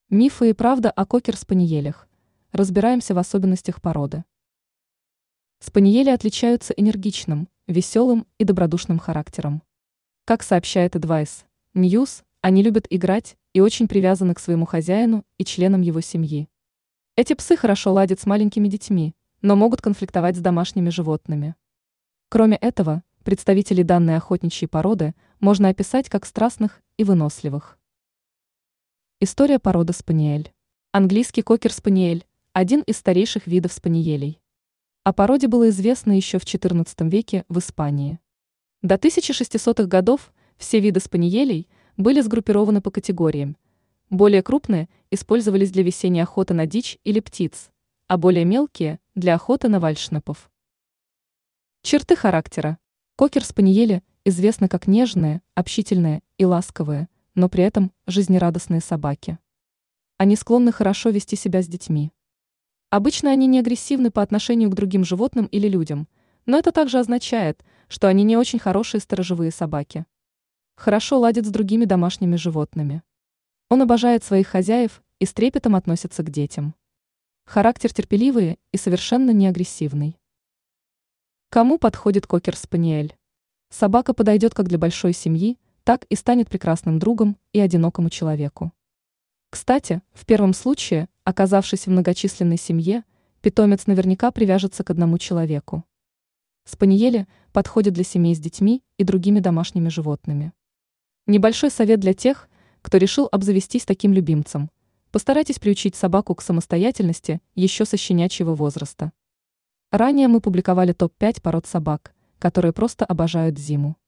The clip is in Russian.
Мифы и правда о кокер-спаниелях. Разбираемся в особенностях породы. Спаниели отличаются энергичным, веселым и добродушным характером. Как сообщает Advice News, они любят играть и очень привязаны к своему хозяину и членам его семьи. Эти псы хорошо ладят с маленькими детьми, но могут конфликтовать с домашними животными. Кроме этого, представителей данной охотничьей породы можно описать как страстных и выносливых. История породы спаниель. Английский кокер-спаниель – один из старейших видов спаниелей. О породе было известно еще в XIV веке в Испании. До 1600-х годов все виды спаниелей были сгруппированы по категориям. Более крупные использовались для весенней охоты на дичь или птиц, а более мелкие – для охоты на вальшнепов. Черты характера. Кокер-спаниели известны как нежные, общительные и ласковые, но при этом жизнерадостные собаки. Они склонны хорошо вести себя с детьми. Обычно они не агрессивны по отношению к другим животным или людям, но это также означает, что они не очень хорошие сторожевые собаки. Хорошо ладят с другими домашними животными. Он обожает своих хозяев и с трепетом относится к детям. Характер терпеливый и совершенно не агрессивный. Кому подходит кокер-спаниель? Собака подойдет как для большой семьи, так и станет прекрасным другом и одинокому человеку. Кстати, в первом случае, оказавшись в многочисленной семье, питомец наверняка привяжется к одному человеку. Спаниели подходят для семей с детьми и другими домашними животными. Небольшой совет для тех, кто решил обзавестись таким любимцем. Постарайтесь приучить собаку к самостоятельности еще со щенячьего возраста. Ранее мы публиковали топ-5 пород собак, которые просто обожают зиму.